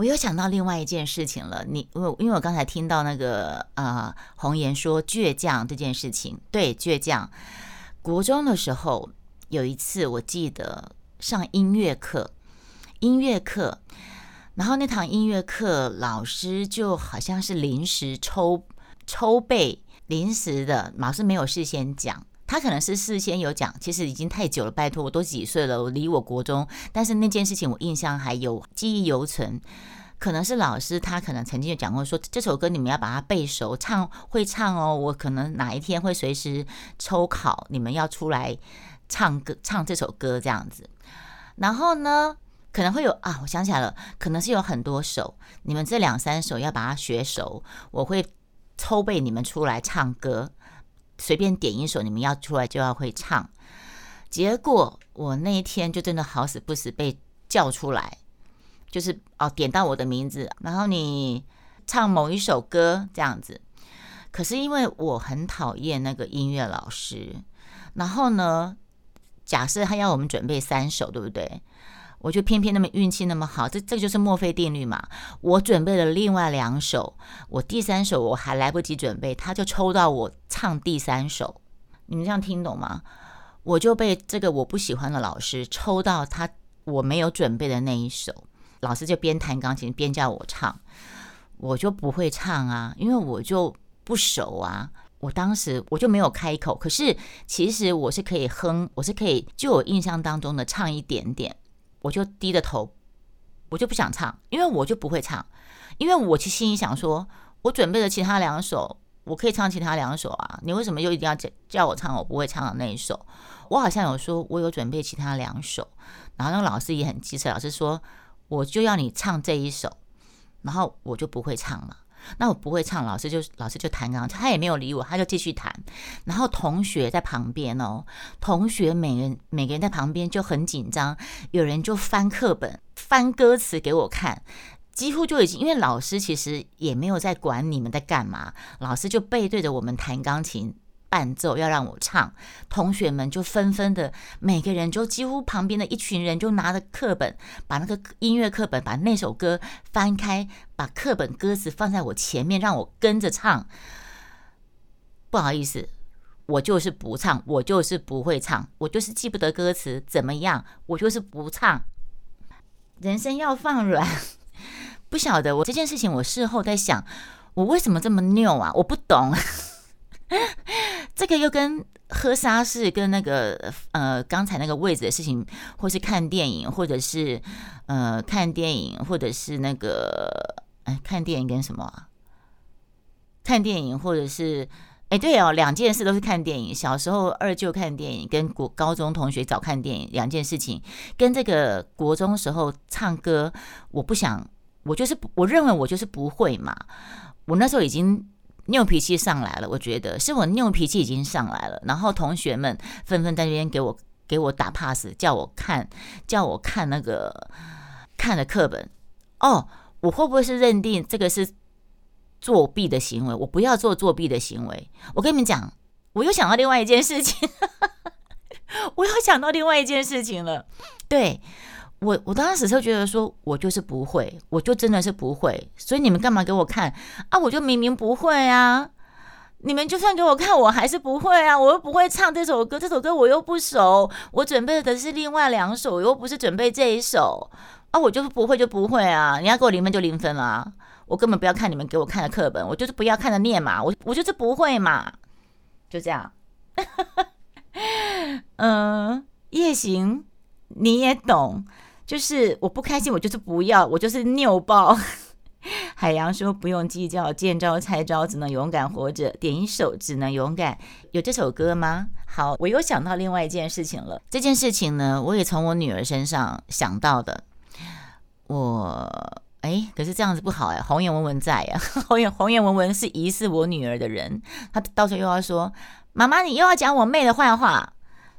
我又想到另外一件事情了，因为我刚才听到那个红颜说倔强这件事情，对，倔强。国中的时候有一次，我记得上音乐课，然后那堂音乐课老师就好像是临时抽背，临时的，老师没有事先讲。他可能是事先有讲，其实已经太久了，拜托，我都几岁了，我离我国中，但是那件事情我印象还有，记忆犹存。可能是老师他可能曾经有讲过说，这首歌你们要把它背熟，会唱哦，我可能哪一天会随时抽考，你们要出来唱这首歌这样子。然后呢，可能会有我想起来了，可能是有很多首，你们这2-3首要把它学熟，我会抽背你们出来唱歌。随便点一首，你们要出来就要会唱。结果我那一天就真的好死不死被叫出来，就是点到我的名字，然后你唱某一首歌这样子。可是因为我很讨厌那个音乐老师，然后呢，假设他要我们准备3首，对不对？我就偏偏那么运气那么好，这个就是墨菲定律嘛。我准备了另外2首，我第3首我还来不及准备，他就抽到我唱第3首。你们这样听懂吗？我就被这个我不喜欢的老师抽到我没有准备的那一首，老师就边弹钢琴边叫我唱，我就不会唱啊，因为我就不熟啊。我当时我就没有开口，可是其实我是可以哼，我是可以就我印象当中的唱一点点。我就低着头，我就不想唱，因为我就不会唱。因为我心里想说，我准备了其他2首，我可以唱其他2首啊，你为什么又一定要叫我唱我不会唱的那一首？我好像有说我有准备其他2首，然后那个老师也很机车，老师说我就要你唱这一首，然后我就不会唱了。那我不会唱，老师就弹钢琴，他也没有理我，他就继续弹。然后同学在旁边同学每个人在旁边就很紧张，有人就翻课本、翻歌词给我看，几乎就已经，因为老师其实也没有在管你们在干嘛，老师就背对着我们弹钢琴伴奏要让我唱，同学们就纷纷的，每个人就几乎旁边的一群人就拿着课本，把那个音乐课本把那首歌翻开，把课本歌词放在我前面让我跟着唱。不好意思，我就是不唱，我就是不会唱，我就是记不得歌词，怎么样，我就是不唱。人生要放软。不晓得我这件事情，我事后在想，我为什么这么拗啊？我不懂。这个又跟喝沙士跟那个刚才那个位置的事情，或是看电影，或者是看电影，或者是那个看电影跟什么啊？看电影或者是对哦，2件事都是看电影。小时候二舅看电影，跟高中同学早看电影，2件事情，跟这个国中时候唱歌，我不想，我认为我就是不会嘛。我那时候已经拗脾气上来了，我觉得是我拗脾气已经上来了，然后同学们纷纷在那边给我打 pass， 叫我看那个看的课本。我会不会是认定这个是作弊的行为？我不要做作弊的行为。我跟你们讲，我又想到另外一件事情，了。对。我当时就觉得说，我就是不会，我就真的是不会，所以你们干嘛给我看啊？我就明明不会啊！你们就算给我看，我还是不会啊！我又不会唱这首歌我又不熟，我准备的是另外2首，我又不是准备这一首啊！我就是不会就不会啊！你要给我0分就0分啊！我根本不要看你们给我看的课本，我就是不要看着念嘛，我就是不会嘛，就这样。夜行你也懂。就是我不开心，我就是不要，我就是拗爆。海洋说不用计较，见招拆招，只能勇敢活着。点一首只能勇敢，有这首歌吗？好，我又想到另外一件事情了。这件事情呢，我也从我女儿身上想到的。可是这样子不好红颜文文在啊，红颜文文是疑似我女儿的人，她到时候又要说，妈妈你又要讲我妹的坏话。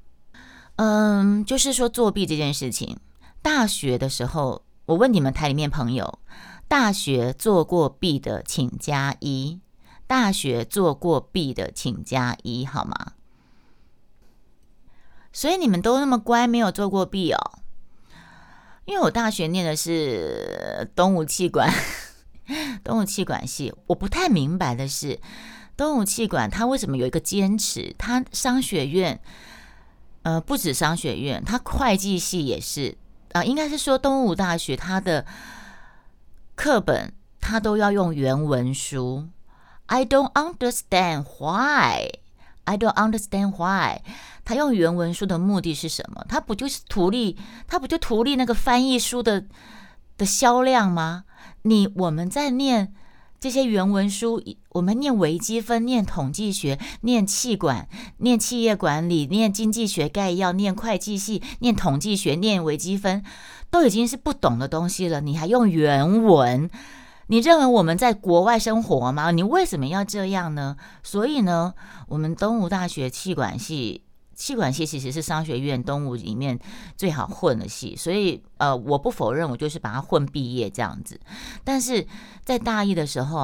就是说作弊这件事情。大学的时候，我问你们台里面朋友，大学做过弊的请加1，大学做过弊的请加1，好吗？所以你们都那么乖，没有做过弊哦。 因为我大学念的是东吴气管东吴气管系，我不太明白的是东吴气管它为什么有一个坚持，它商学院不止商学院，它会计系也是应该是说东吴大学它的课本它都要用原文书。I don't understand why. I don't understand why. 他用原文书的目的是什么？他不就图利那个翻译书的销量吗？我们在念这些原文书，我们念微积分，念统计学，念气管，念企业管理，念经济学概要，念会计系，念统计学，念微积分，都已经是不懂的东西了，你还用原文？你认为我们在国外生活吗？你为什么要这样呢？所以呢，我们东吴大学气管系其实是商学院东吴里面最好混的系，所以我不否认我就是把它混毕业这样子。但是在大一的时候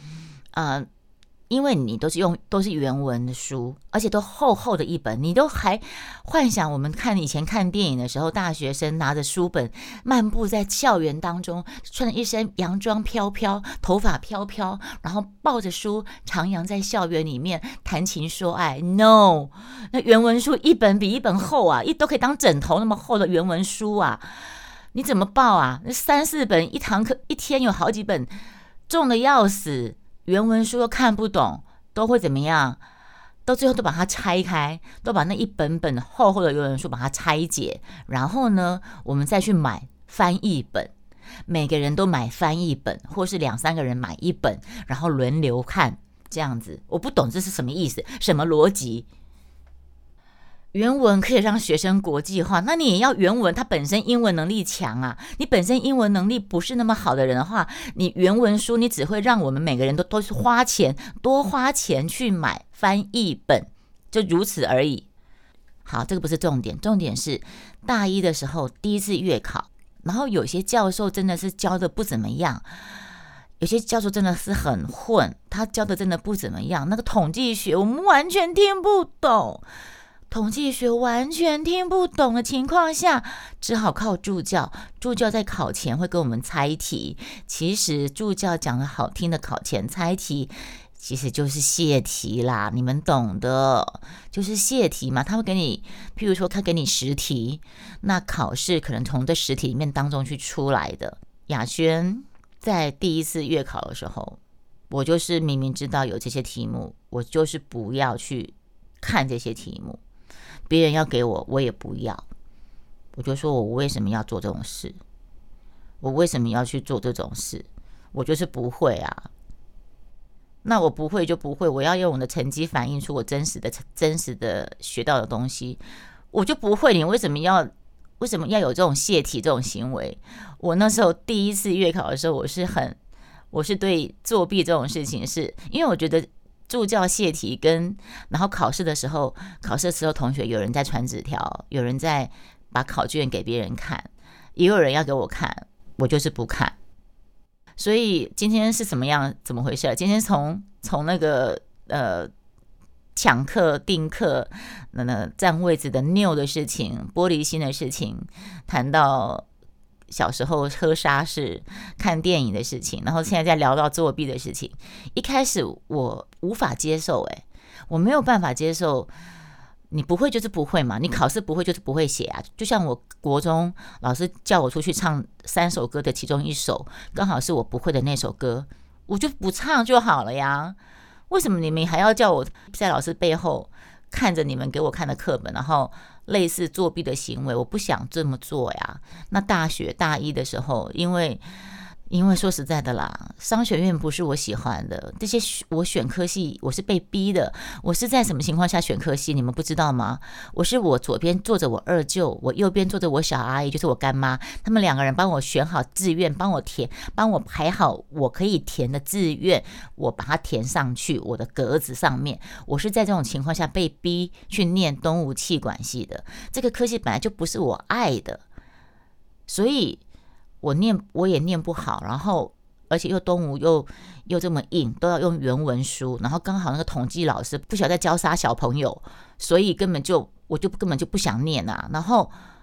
因为你都是原文的书，而且都厚厚的一本，你都还幻想我们以前看电影的时候，大学生拿着书本漫步在校园当中，穿着一身洋装飘飘，头发飘飘，然后抱着书徜徉在校园里面谈情说爱。 No， 那原文书一本比一本厚啊，都可以当枕头那么厚的原文书啊，你怎么抱啊？那3-4本，一堂课一天有好几本，重的要死，原文书又看不懂，都会怎么样？最后都把它拆开，都把那一本本厚厚的原文书把它拆解，然后呢，我们再去买翻译本，每个人都买翻译本，或是2-3个人买一本，然后轮流看，这样子。我不懂这是什么意思，什么逻辑？原文可以让学生国际化，那你也要原文他本身英文能力强啊。你本身英文能力不是那么好的人的话，你原文书你只会让我们每个人都是多花钱去买翻译本，就如此而已。好，这个不是重点，重点是大一的时候第一次月考，然后有些教授真的是教的不怎么样，有些教授真的是很混，他教的真的不怎么样。那个统计学我们完全听不懂，统计学完全听不懂的情况下，只好靠助教。助教在考前会跟我们猜题，其实助教讲的好听的考前猜题，其实就是泄题啦，你们懂的，就是泄题嘛。他会给你，譬如说他给你10题，那考试可能从这10题里面当中去出来的。雅轩在第一次月考的时候，我就是明明知道有这些题目，我就是不要去看这些题目。别人要给我，我也不要。我就说我为什么要做这种事？我为什么要去做这种事？我就是不会啊。那我不会就不会，我要用我的成绩反映出我真实的学到的东西。我就不会，你为什么要有这种泄题这种行为？我那时候第一次月考的时候，我是对作弊这种事情是，因为我觉得助教泄题然后考试的时候同学有人在传纸条，有人在把考卷给别人看，也有人要给我看，我就是不看。所以今天是怎么回事？今天从那个抢课订课占位置的拗的事情，玻璃心的事情，谈到小时候喝沙士看电影的事情，然后现在在聊到作弊的事情。一开始我无法接受，我没有办法接受，你不会就是不会嘛，你考试不会就是不会写啊。就像我国中老师叫我出去唱3首歌的其中1首，刚好是我不会的那首歌，我就不唱就好了呀。为什么你们还要叫我在老师背后看着你们给我看的课本，然后类似作弊的行为？我不想这么做呀。那大学大一的时候，因为说实在的啦，商学院不是我喜欢的，这些我选科系我是被逼的。我是在什么情况下选科系，你们不知道吗？我左边坐着我二舅，我右边坐着我小阿姨，就是我干妈，他们2个人帮我选好志愿，帮我排好我可以填的志愿，我把它填上去我的格子上面。我是在这种情况下被逼去念东吴气管系的，这个科系本来就不是我爱的，所以我也念不好，然后而且东吴又这么硬，都要用原文书，然后刚好那个统计老师不晓得在教啥小朋友，所以我根本就不想念啊。然后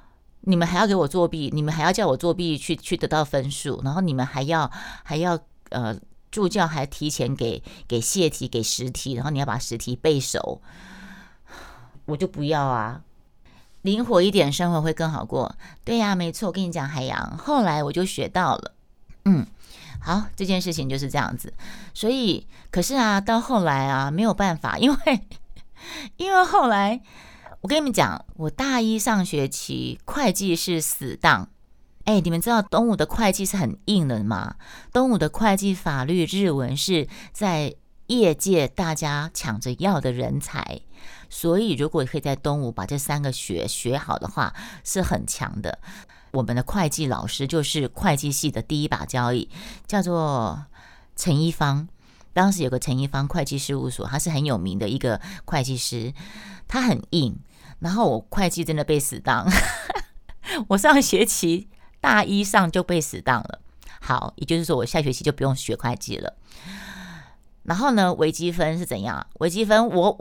你们还要给我作弊，你们还要叫我作弊去得到分数，然后你们还要助教还提前给泄题给实题，然后你要把实题背熟，我就不要啊。灵活一点，生活会更好过。对呀，没错，我跟你讲，海洋，后来我就学到了。好，这件事情就是这样子。所以，可是啊，到后来啊，没有办法，因为后来，我跟你们讲，我大一上学期会计是死档。你们知道东吴的会计是很硬的吗？东吴的会计、法律、日文是在业界大家抢着要的人才。所以如果可以在东吴把这3个学好的话，是很强的。我们的会计老师就是会计系的第一把交椅，叫做陈一芳。当时有个陈一芳会计事务所，他是很有名的一个会计师，他很硬。然后我会计真的被死当，我上学期大一上就被死当了。好，也就是说我下学期就不用学会计了。然后呢，微积分是怎样？微积分我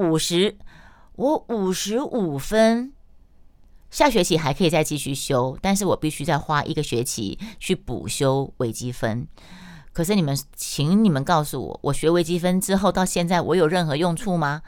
55分，下学期还可以再继续修，但是我必须再花1个学期去补修微积分。可是请你们告诉我，我学微积分之后到现在我有任何用处吗？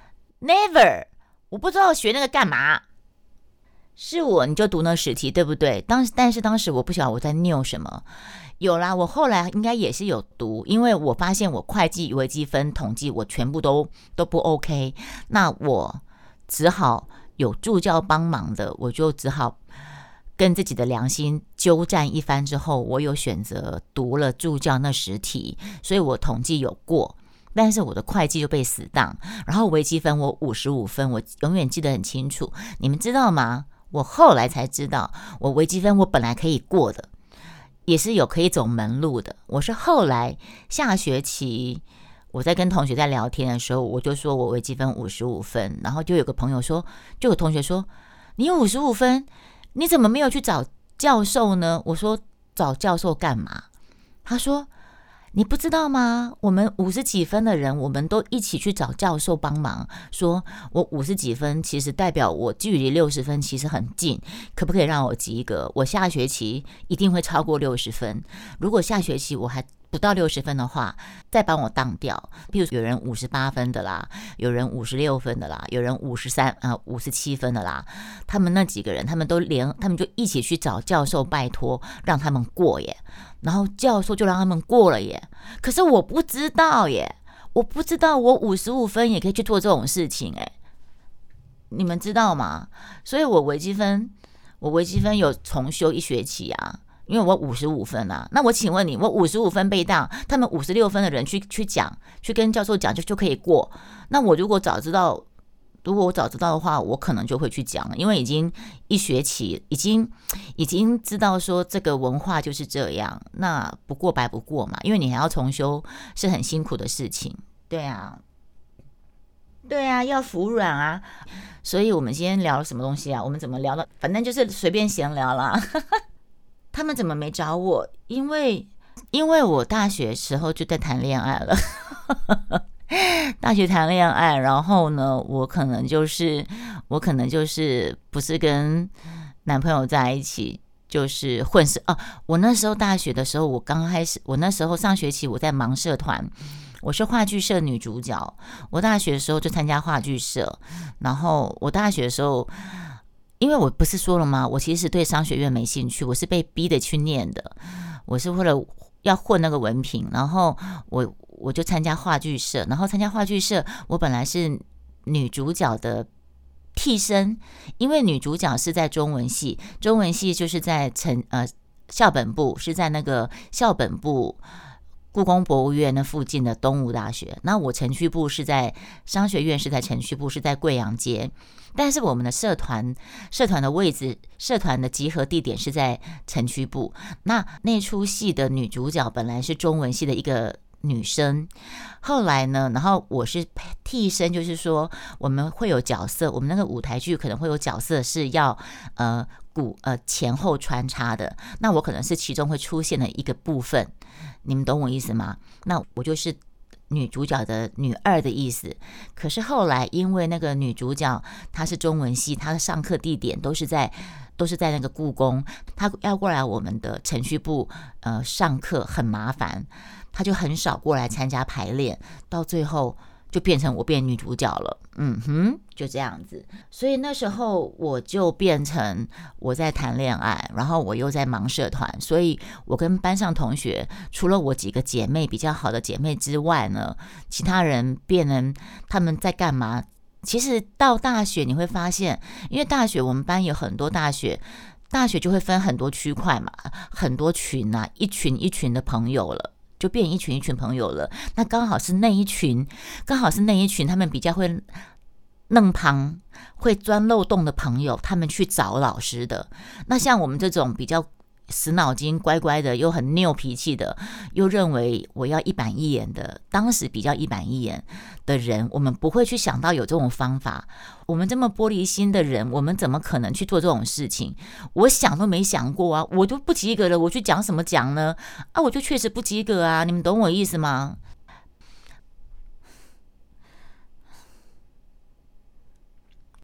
Never， 我不知道学那个干嘛。是你就读那实题，对不对？但是当时我不晓得我在拗什么。有啦，我后来应该也是有读，因为我发现我会计、微积分、统计我全部都不 OK， 那我只好有助教帮忙的，我就只好跟自己的良心纠战一番之后，我有选择读了助教那10题，所以我统计有过，但是我的会计就被死当，然后微积分我55分，我永远记得很清楚。你们知道吗？我后来才知道，我微积分我本来可以过的，也是有可以走门路的。我是后来下学期我在跟同学在聊天的时候，我就说我微积分55分，然后就有个朋友说，就有同学说，你有55分，你怎么没有去找教授呢？我说找教授干嘛？他说你不知道吗？我们50几分的人，我们都一起去找教授帮忙，说我50几分，其实代表我距离60分其实很近，可不可以让我及格？我下学期一定会超过60分。如果下学期我还不到60分的话，再帮我当掉。譬如有人58分的啦，有人56分的啦，有人57分的啦。他们那几个人，他们就一起去找教授拜托，让他们过耶。然后教授就让他们过了耶。可是我不知道耶，我不知道我55分也可以去做这种事情耶。你们知道吗？所以我微积分有重修1学期啊。因为我55分啊，那我请问你，我55分被当，他们56分的人去讲，去跟教授讲就可以过。那我如果我早知道的话，我可能就会去讲，因为已经1学期，已经知道说这个文化就是这样，那不过白不过嘛，因为你还要重修，是很辛苦的事情。对啊，要服软啊。所以我们今天聊了什么东西啊？我们怎么聊的？反正就是随便闲聊啦。他们怎么没找我？因为我大学时候就在谈恋爱了。大学谈恋爱，然后呢，我可能就是不是跟男朋友在一起，就是混社。我那时候大学的时候，我那时候上学期我在忙社团，我是话剧社女主角。我大学的时候就参加话剧社，然后我大学的时候。因为我不是说了吗？我其实对商学院没兴趣，我是被逼的去念的。我是为了要混那个文凭，然后我就参加话剧社，然后参加话剧社，我本来是女主角的替身，因为女主角是在中文系，中文系就是在校本部，是在那个校本部。故宫博物院那附近的东吴大学，那我程序部是在商学院，是在程序部，是在贵阳街，但是我们的社团的位置，社团的集合地点是在程序部。那出戏的女主角本来是中文系的一个女生，后来呢，然后我是替身，就是说我们会有角色，我们那个舞台剧可能会有角色是要前后穿插的，那我可能是其中会出现的一个部分，你们懂我意思吗？那我就是女主角的女二的意思。可是后来因为那个女主角她是中文系，她的上课地点都是在那个故宫，她要过来我们的程序部上课很麻烦，她就很少过来参加排练，到最后就变成我变女主角了，就这样子。所以那时候我就变成我在谈恋爱，然后我又在忙社团，所以我跟班上同学，除了我几个姐妹比较好的姐妹之外呢，其他人变成他们在干嘛？其实到大学你会发现，因为大学我们班有很多大学就会分很多区块嘛，很多群啊，一群一群的朋友了。就变一群一群朋友了，那刚好是那一群，他们比较会愣旁，会钻漏洞的朋友，他们去找老师的。那像我们这种比较死脑筋、乖乖的，又很拗脾气的，又认为我要一板一眼的，当时比较一板一眼的人，我们不会去想到有这种方法。我们这么玻璃心的人，我们怎么可能去做这种事情？我想都没想过啊！我就不及格了，我去讲什么讲呢？啊，我就确实不及格啊！你们懂我意思吗？